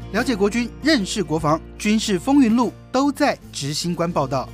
了解国军，认识国防，军事风云录都在执行官报道。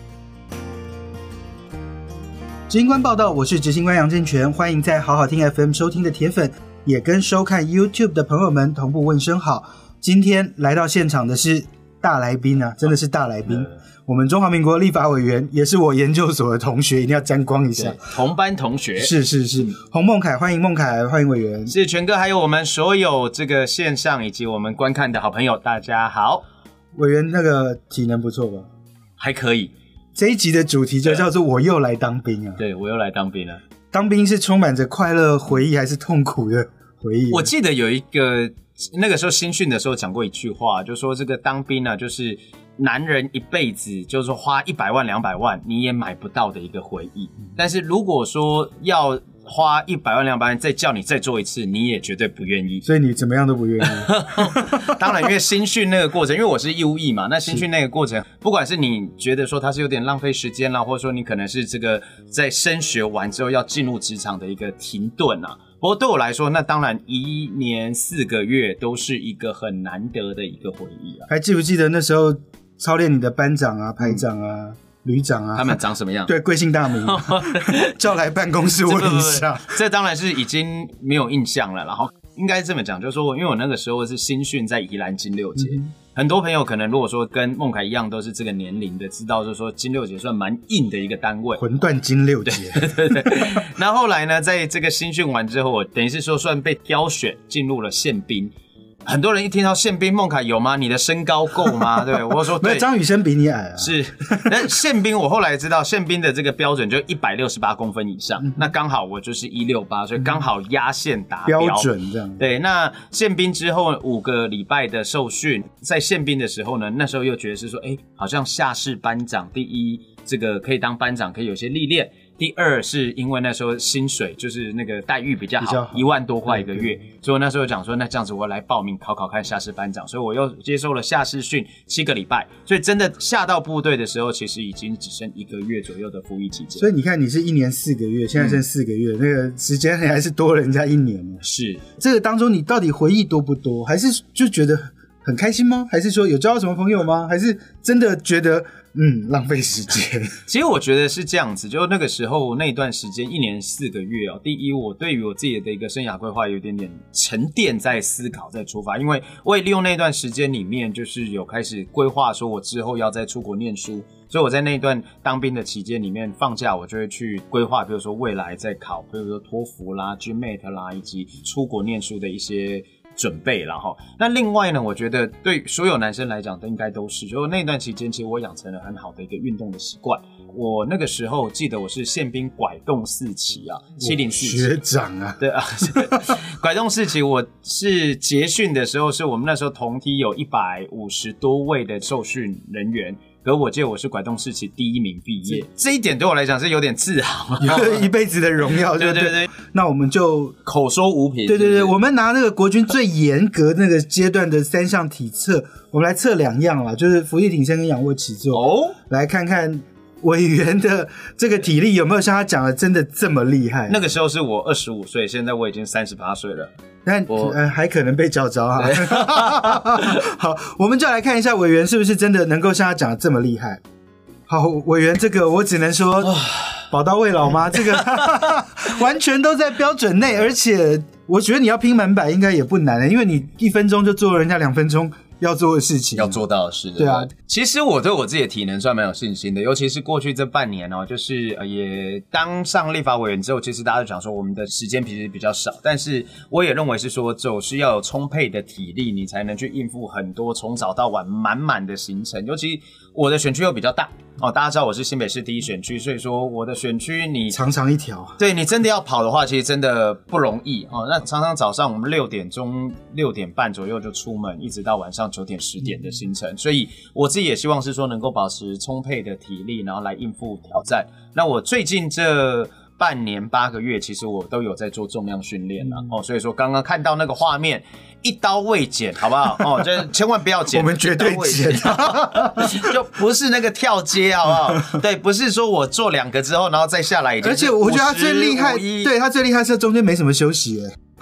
执行官报道，我是执行官杨正全，欢迎在好好听 FM 收听的铁粉，也跟收看 YouTube 的朋友们同步问声好。今天来到现场的是大来宾啊，真的是大来宾。我们中华民国立法委员，也是我研究所的同学，一定要沾光一下。 同班同学， 是洪孟凯，欢迎孟凯，欢迎委员。 是全哥，还有我们所有这个线上以及我们观看的好朋友，大家好。 委员那个体能不错吧？ 还可以。 这一集的主题就叫做我又来当兵啊。 对，我又来当兵了。 当兵是充满着快乐回忆还是痛苦的回忆？ 我记得有一个那个时候新训的时候讲过一句话，就说这个当兵啊，就是男人一辈子就是说花100万200万你也买不到的一个回忆，但是如果说要花100万200万再叫你再做一次，你也绝对不愿意。 所以你怎么样都不愿意。 当然因为新训那个过程，因为我是义务役嘛，那新训那个过程不管是你觉得说它是有点浪费时间啦，或者说你可能是这个在升学完之后要进入职场的一个停顿啊，不过对我来说，那当然1年4个月都是一个很难得的一个回忆啊。 还记不记得那时候操练你的班长啊、排长啊、旅长啊， 他们长什么样？ 对，贵姓大名，叫来办公室问一下。 这当然是已经没有印象了。然后应该这么讲，就是说，因为我那个时候是新训在宜兰金六节，很多朋友可能如果说跟孟凯一样都是这个年龄的，知道就是说金六节算蛮硬的一个单位， 魂断金六节。 对。那后来呢，在这个新训完之后，我等于是说算被挑选进入了宪兵。很多人一听到宪兵，孟凯有吗？你的身高够吗？对，我说对。 没有，张雨生比你矮啊。 是，但宪兵我后来知道，宪兵的这个标准就168公分以上，那刚好我就是168，所以刚好压线达标准这样。 对，那宪兵之后5个礼拜的受训，在宪兵的时候呢，那时候又觉得是说，好像下士班长，第一，这个可以当班长，可以有些历练。第二是因为那时候薪水就是那个待遇比较好，1万多块一个月，所以我那时候讲说，那这样子我来报名考看下士班长，所以我又接受了下士训7个礼拜，所以真的下到部队的时候，其实已经只剩1个月左右的服役期间。 所以你看，你是1年4个月，现在剩4个月，那个时间还是多人家1年。 是这个当中，你到底回忆多不多？还是就觉得很开心吗？还是说有交到什么朋友吗？还是真的觉得浪费时间？ 其实我觉得是这样子，就那个时候那段时间1年4个月哦，第一，我对于我自己的一个生涯规划有一点点沉淀在思考在出发，因为我也利用那段时间里面就是有开始规划说我之后要再出国念书，所以我在那段当兵的期间里面放假我就会去规划，比如说未来在考，比如说托福啦、GMAT 啦，以及出国念书的一些准备啦齁。那另外呢，我觉得对所有男生来讲都应该都是，就那段期间其实我养成了很好的一个运动的习惯。我那个时候记得我是宪兵拐洞4期啊，704期学长啊， 对啊，拐洞4期我是结训的时候，是我们那时候同梯有150多位的受训人员。可我记得我是拐洞4期第1名毕业，这一点对我来讲是有点自豪， 有一辈子的荣耀。对。那我们就口说无凭。 对，我们拿那个国军最严格那个阶段的3项体测，我们来测2样啦，就是伏地挺身跟仰卧起坐。来看看委员的这个体力有没有像他讲的真的这么厉害。 那个时候是我25岁，现在我已经38岁了。 但还可能被叫着啊。好，我们就来看一下委员是不是真的能够像他讲的这么厉害。好，委员这个我只能说宝刀未老吗？这个完全都在标准内，而且我觉得你要拼满100应该也不难，因为你1分钟就做了人家2分钟要做的事情， 要做到的事。 对啊， 其实我对我自己的体能算蛮有信心的，尤其是过去这半年哦，就是也当上立法委员之后，其实大家都讲说我们的时间其实比较少，但是我也认为是说，就是要有充沛的体力，你才能去应付很多从早到晚满满的行程。尤其我的选区又比较大哦，大家知道我是新北市第1选区，所以说我的选区你长长一条， 对，你真的要跑的话，其实真的不容易哦。那常常早上我们6点钟、6点半左右就出门，一直到晚上9点、10点的行程，所以我自己也希望是说能够保持充沛的体力，然后来应付挑战。那我最近这半年8个月，其实我都有在做重量训练啦哦，所以说刚刚看到那个画面，一刀未剪，好不好？哦，就千万不要剪， 我们绝对剪， 就不是那个跳接，好不好？对，不是说我做2个之后，然后再下来已经。 而且我觉得他最厉害，对他最厉害是中间没什么休息耶。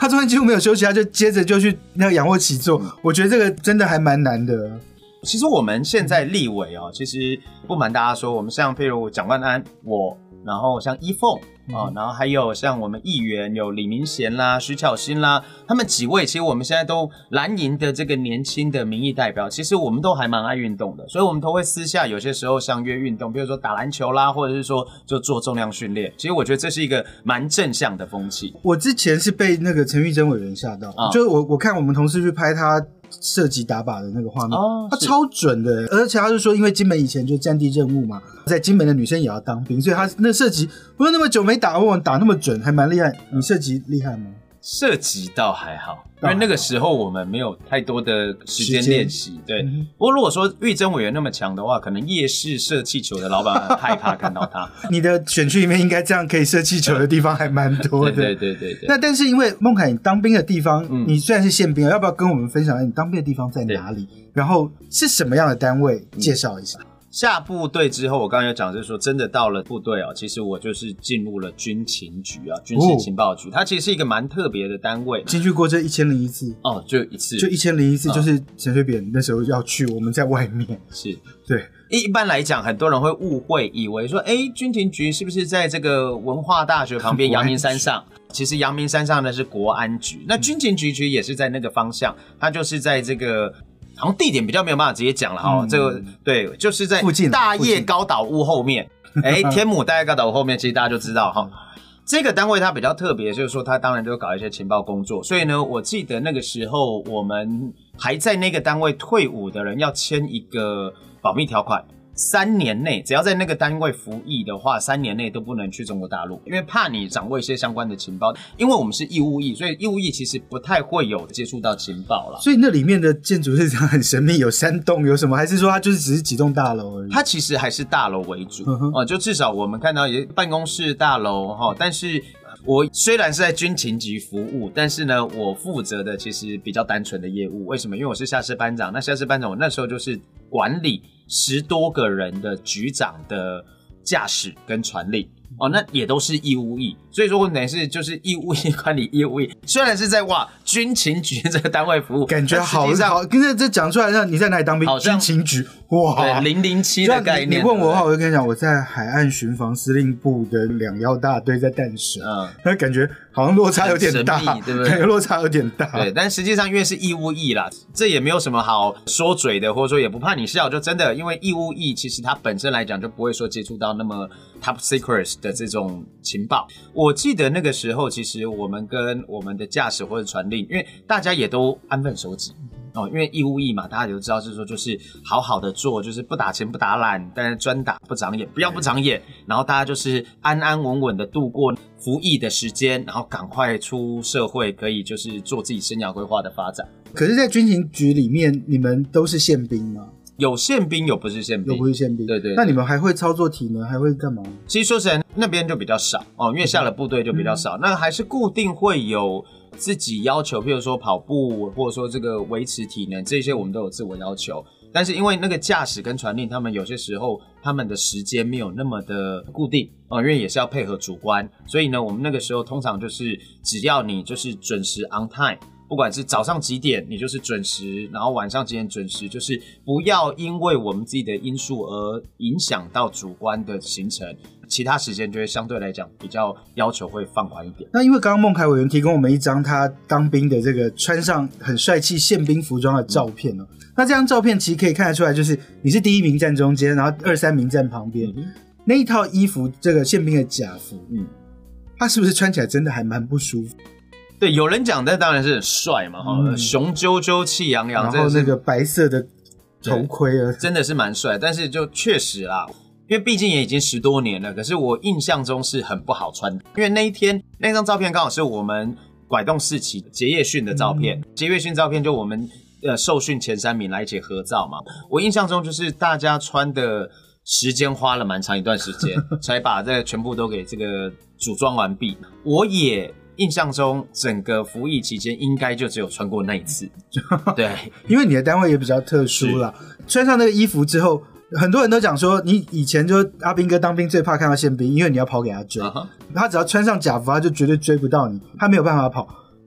他中间几乎没有休息，他就接着就去那个仰卧起坐。我觉得这个真的还蛮难的。 其实我们现在立委其实不瞒大家说，我们像譬如蒋万安，然后像依凤然后还有像我们议员有李明贤啦、徐巧芯啦，他们几位，其实我们现在都蓝营的这个年轻的民意代表，其实我们都还蛮爱运动的，所以我们都会私下有些时候相约运动，比如说打篮球啦，或者是说就做重量训练。其实我觉得这是一个蛮正向的风气。 我之前是被那个陈玉珍委员吓到，就是我看我们同事去拍他射击打靶的那个画面，他超准的，而且他就说，因为金门以前就战地任务嘛，在金门的女生也要当兵，所以他那射击不是那么久没打过，打那么准，还蛮厉害。你射击厉害吗？ 射击倒还好，因为那个时候我们没有太多的时间练习。对，不过如果说玉珍委员那么强的话，可能夜市射气球的老板很害怕看到他。 你的选区里面应该这样可以射气球的地方还蛮多的。 对。 那但是因为孟凯你当兵的地方，你虽然是宪兵，要不要跟我们分享你当兵的地方在哪里？然后是什么样的单位？介绍一下。 下部队之后，我刚刚有讲，就是说真的到了部队其实我就是进入了军情局军事情报局，它其实是一个蛮特别的单位。 进去过这1001次就一次， 就1001次，就是陈水扁那时候要去，我们在外面。 是， 对。 一般来讲，很多人会误会，以为说，军情局是不是在这个文化大学旁边阳明山上？其实阳明山上呢是国安局，那军情局其实也是在那个方向，它就是在这个。好像地点比较没有办法直接讲了这个对，就是在大叶高岛屋后面，天母大叶高岛屋后面，其实大家就知道这个单位它比较特别，就是说它当然就搞一些情报工作，所以呢，我记得那个时候我们还在那个单位退伍的人要签一个保密条款。3年内只要在那个单位服役的话，3年内都不能去中国大陆，因为怕你掌握一些相关的情报。因为我们是义务役，所以义务役其实不太会有接触到情报啦。 所以那里面的建筑是这样很神秘，有山洞有什么？还是说它就是只是几栋大楼而已？ 它其实还是大楼为主就至少我们看到也办公室大楼但是。我虽然是在军情局服务，但是呢，我负责的其实比较单纯的业务。为什么？因为我是下士班长。那下士班长，我那时候就是管理10多个人的局长的驾驶跟传令。那也都是义务役，所以说我等于是就是义务役管理义务役，虽然是在军情局这个单位服务， 感觉好，跟这讲出来，让你在哪里当兵？军情局，哇 ，007的概念。 你问我的话，我就跟你讲，我在海岸巡防司令部的2幺大队在淡水，那感觉好像落差有点大，对不对？落差有点大。 对，但实际上因为是义务役啦，这也没有什么好说嘴的，或者说也不怕你笑，就真的因为义务役其实它本身来讲就不会说接触到那么 top secret 的这种情报。我记得那个时候，其实我们跟我们的驾驶或者传令，因为大家也都安分守己因为义务役嘛，大家也都知道是说就是好好的做，就是不打钱不打懒，但是专打不长眼，不要不长眼，然后大家就是安安稳稳的度过服役的时间，然后赶快出社会，可以就是做自己生涯规划的发展。 可是，在军情局里面，你们都是宪兵吗？ 有宪兵，有不是宪兵， 有不是宪兵。对。那你们还会操作体能，还会干嘛？ 其实说实在，那边就比较少因为下了部队就比较少。那还是固定会有自己要求，譬如说跑步，或者说这个维持体能，这些我们都有自我要求。但是因为那个驾驶跟传令，他们有些时候他们的时间没有那么的固定因为也是要配合主官，所以呢，我们那个时候通常就是只要你就是准时 on time。不管是早上几点，你就是准时，然后晚上几点准时，就是不要因为我们自己的因素而影响到主观的行程，其他时间就会相对来讲比较要求会放宽一点。 那因为刚刚孟凯委员提供我们一张他当兵的这个穿上很帅气宪兵服装的照片那这张照片其实可以看得出来，就是你是第1名站中间，然后2、3名站旁边，那一套衣服这个宪兵的甲服，他是不是穿起来真的还蛮不舒服？ 对，有人讲，但当然是很帅嘛，雄赳赳气扬扬， 然后那个白色的头盔真的是蛮帅。但是就确实啦，因为毕竟也已经10多年了，可是我印象中是很不好穿的。因为那一天那张照片刚好是我们拐洞4期结业训的照片，结业训照片就我们受训前3名来一起合照嘛。我印象中就是大家穿的时间花了蛮长一段时间，才把这个全部都给这个组装完毕。我也印象中整个服役期间应该就只有穿过那一次。对，因为你的单位也比较特殊啦，穿上那个衣服之后，很多人都讲说你以前就阿兵哥当兵最怕看到宪兵，因为你要跑给他追他只要穿上甲服他就绝对追不到你，他没有办法跑。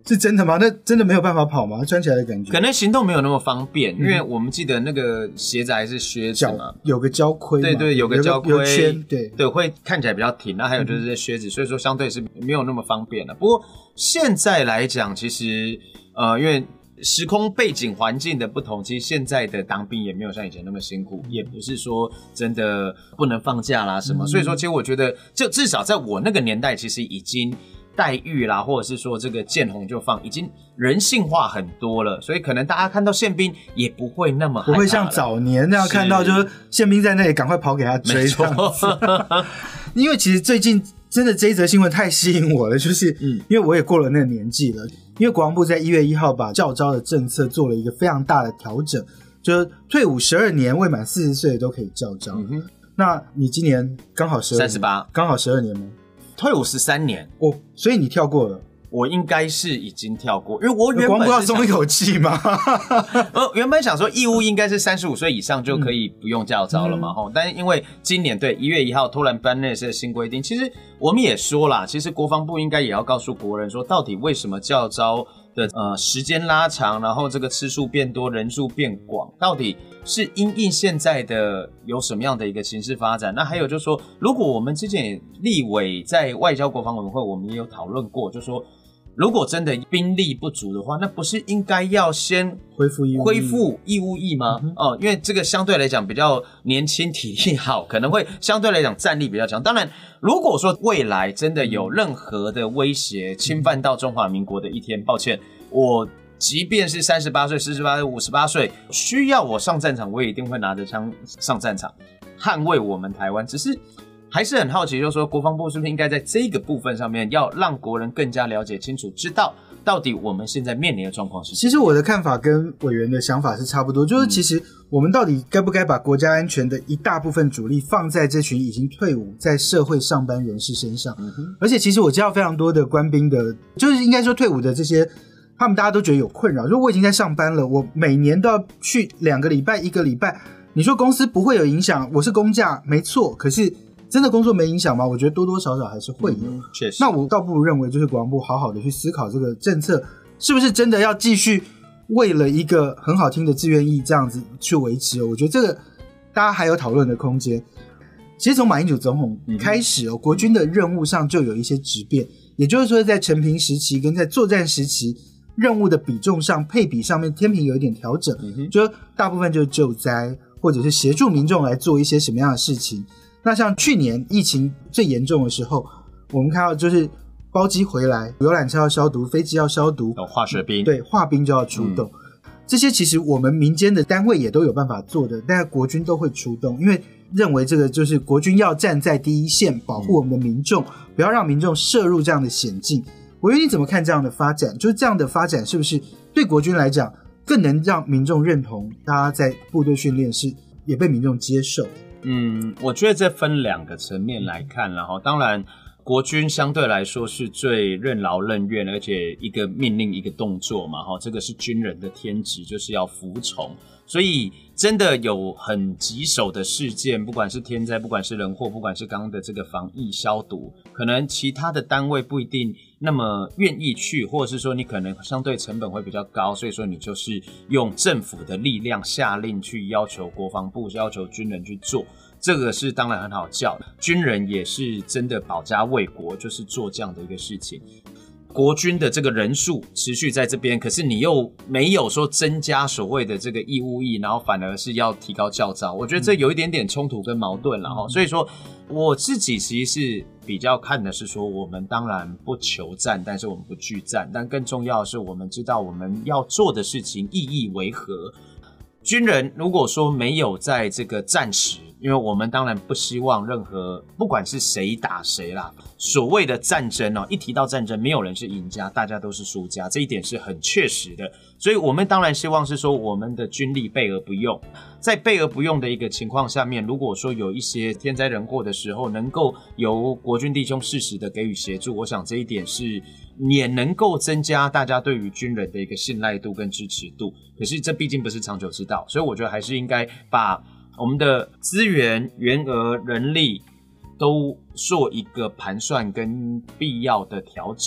是真的吗？那真的没有办法跑吗？穿起来的感觉可能行动没有那么方便，因为我们记得那个鞋子还是靴子嘛， 有个胶盔嘛， 对，有个胶盔， 有圈，对， 会看起来比较挺。那还有就是这靴子，所以说相对是没有那么方便的。不过现在来讲，其实因为时空背景环境的不同，其实现在的当兵也没有像以前那么辛苦，也不是说真的不能放假啦什么。所以说，其实我觉得，就至少在我那个年代，其实已经待遇啦，或者是说这个见红就放，已经人性化很多了，所以可能大家看到宪兵也不会那么害怕了， 不会像早年那样看到就是宪兵在那里赶快跑给他追这样子。因为其实最近真的这一则新闻太吸引我了，就是因为我也过了那个年纪了，因为国防部在1月1号把教召的政策做了一个非常大的调整，就是退伍12年未满40岁都可以教召。那你今年刚好12年 38， 刚好12年吗？ 退伍13年哦，所以你跳过了。 我应该是已经跳过，因为我原本不要松一口气吗？ 原本想说义务应该是35岁以上就可以不用教召了嘛，但是因为今年对1月1号突然颁那些新规定，其实我们也说啦，其实国防部应该也要告诉国人说，到底为什么教召的时间拉长，然后这个次数变多，人数变广，到底是因应现在的有什么样的一个形势发展？那还有就是说，如果我们之前也立委在外交国防委员会，我们也有讨论过，就是说，如果真的兵力不足的话，那不是应该要先恢复义务役吗？因为这个相对来讲比较年轻，体力好，可能会相对来讲战力比较强。当然，如果说未来真的有任何的威胁侵犯到中华民国的一天，抱歉，我即便是38岁、48岁、58岁，需要我上战场，我也一定会拿着枪上战场，捍卫我们台湾。只是还是很好奇，就是说国防部是不是应该在这个部分上面，要让国人更加了解清楚，知道到底我们现在面临的状况是什么？ 其实我的看法跟委员的想法是差不多，就是其实我们到底该不该把国家安全的一大部分主力放在这群已经退伍在社会上班人士身上？而且其实我知道非常多的官兵的，就是应该说退伍的这些，他们大家都觉得有困扰，就是我已经在上班了，我每年都要去2个礼拜、1个礼拜，你说公司不会有影响，我是公假没错，可是真的工作没影响吗？我觉得多多少少还是会有。 确实。 那我倒不如认为，就是国防部好好的去思考这个政策是不是真的要继续为了一个很好听的志愿役这样子去维持。我觉得这个大家还有讨论的空间。其实从马英九总统开始，国军的任务上就有一些质变，也就是说在陈平时期跟在作战时期任务的比重上配比上面天平有一点调整，就大部分就是救灾或者是协助民众来做一些什么样的事情。那像去年疫情最严重的时候，我们看到就是包机回来，游览车要消毒，飞机要消毒， 有化学兵， 对，化兵就要出动。这些其实我们民间的单位也都有办法做的，但是国军都会出动，因为认为这个就是国军要站在第一线，保护我们的民众，不要让民众涉入这样的险境。委员你怎么看这样的发展？就是这样的发展是不是对国军来讲更能让民众认同，大家在部队训练是也被民众接受？ 我觉得这分2个层面来看，然后当然国军相对来说是最任劳任怨，而且一个命令一个动作嘛，这个是军人的天职，就是要服从。所以真的有很棘手的事件，不管是天灾，不管是人祸，不管是刚刚的这个防疫消毒，可能其他的单位不一定那么愿意去，或者是说你可能相对成本会比较高，所以说你就是用政府的力量下令去要求国防部，要求军人去做，这个是当然很好叫，军人也是真的保家卫国，就是做这样的一个事情。国军的这个人数持续在这边，可是你又没有说增加所谓的这个义务役，然后反而是要提高教召，我觉得这有一点点冲突跟矛盾了哈。所以说我自己其实是比较看的是说，我们当然不求战，但是我们不惧战，但更重要的是我们知道我们要做的事情意义为何。军人如果说没有在这个战时，因为我们当然不希望任何不管是谁打谁啦，所谓的战争一提到战争没有人是赢家，大家都是输家，这一点是很确实的。所以我们当然希望是说我们的军力备而不用，在备而不用的一个情况下面，如果说有一些天灾人祸的时候能够由国军弟兄适时的给予协助，我想这一点是也能够增加大家对于军人的一个信赖度跟支持度。可是这毕竟不是长久之道，所以我觉得还是应该把我们的资源、员额、人力都做一个盘算跟必要的调整。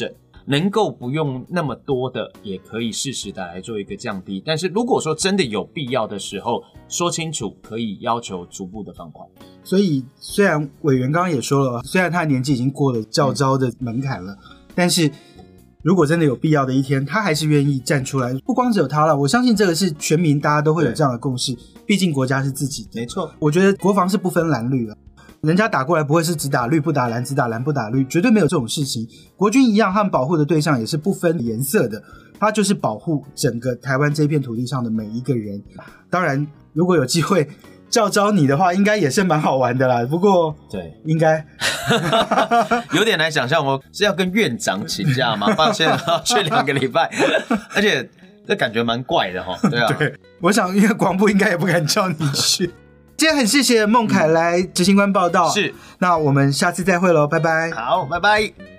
能够不用那么多的，也可以适时的来做一个降低。但是如果说真的有必要的时候，说清楚，可以要求逐步的放宽。 所以虽然委员刚刚也说了，虽然他的年纪已经过了教召的门槛了，但是如果真的有必要的一天，他还是愿意站出来。不光只有他了，我相信这个是全民大家都会有这样的共识，毕竟国家是自己的。 没错， 我觉得国防是不分蓝绿了，人家打过来不会是只打绿不打蓝，只打蓝不打绿，绝对没有这种事情。国军一样，他们保护的对象也是不分颜色的，他就是保护整个台湾这片土地上的每一个人。当然如果有机会教招你的话，应该也是蛮好玩的啦。不过对， 应该有点难想象，我是要跟院长请假吗？抱歉，要去2个礼拜，而且这感觉蛮怪的齁。对啊， 对，我想因为广部应该也不敢叫你去。今天很谢谢孟凯来执行官报道， 是， 那我们下次再会咯，拜拜。 好，拜拜。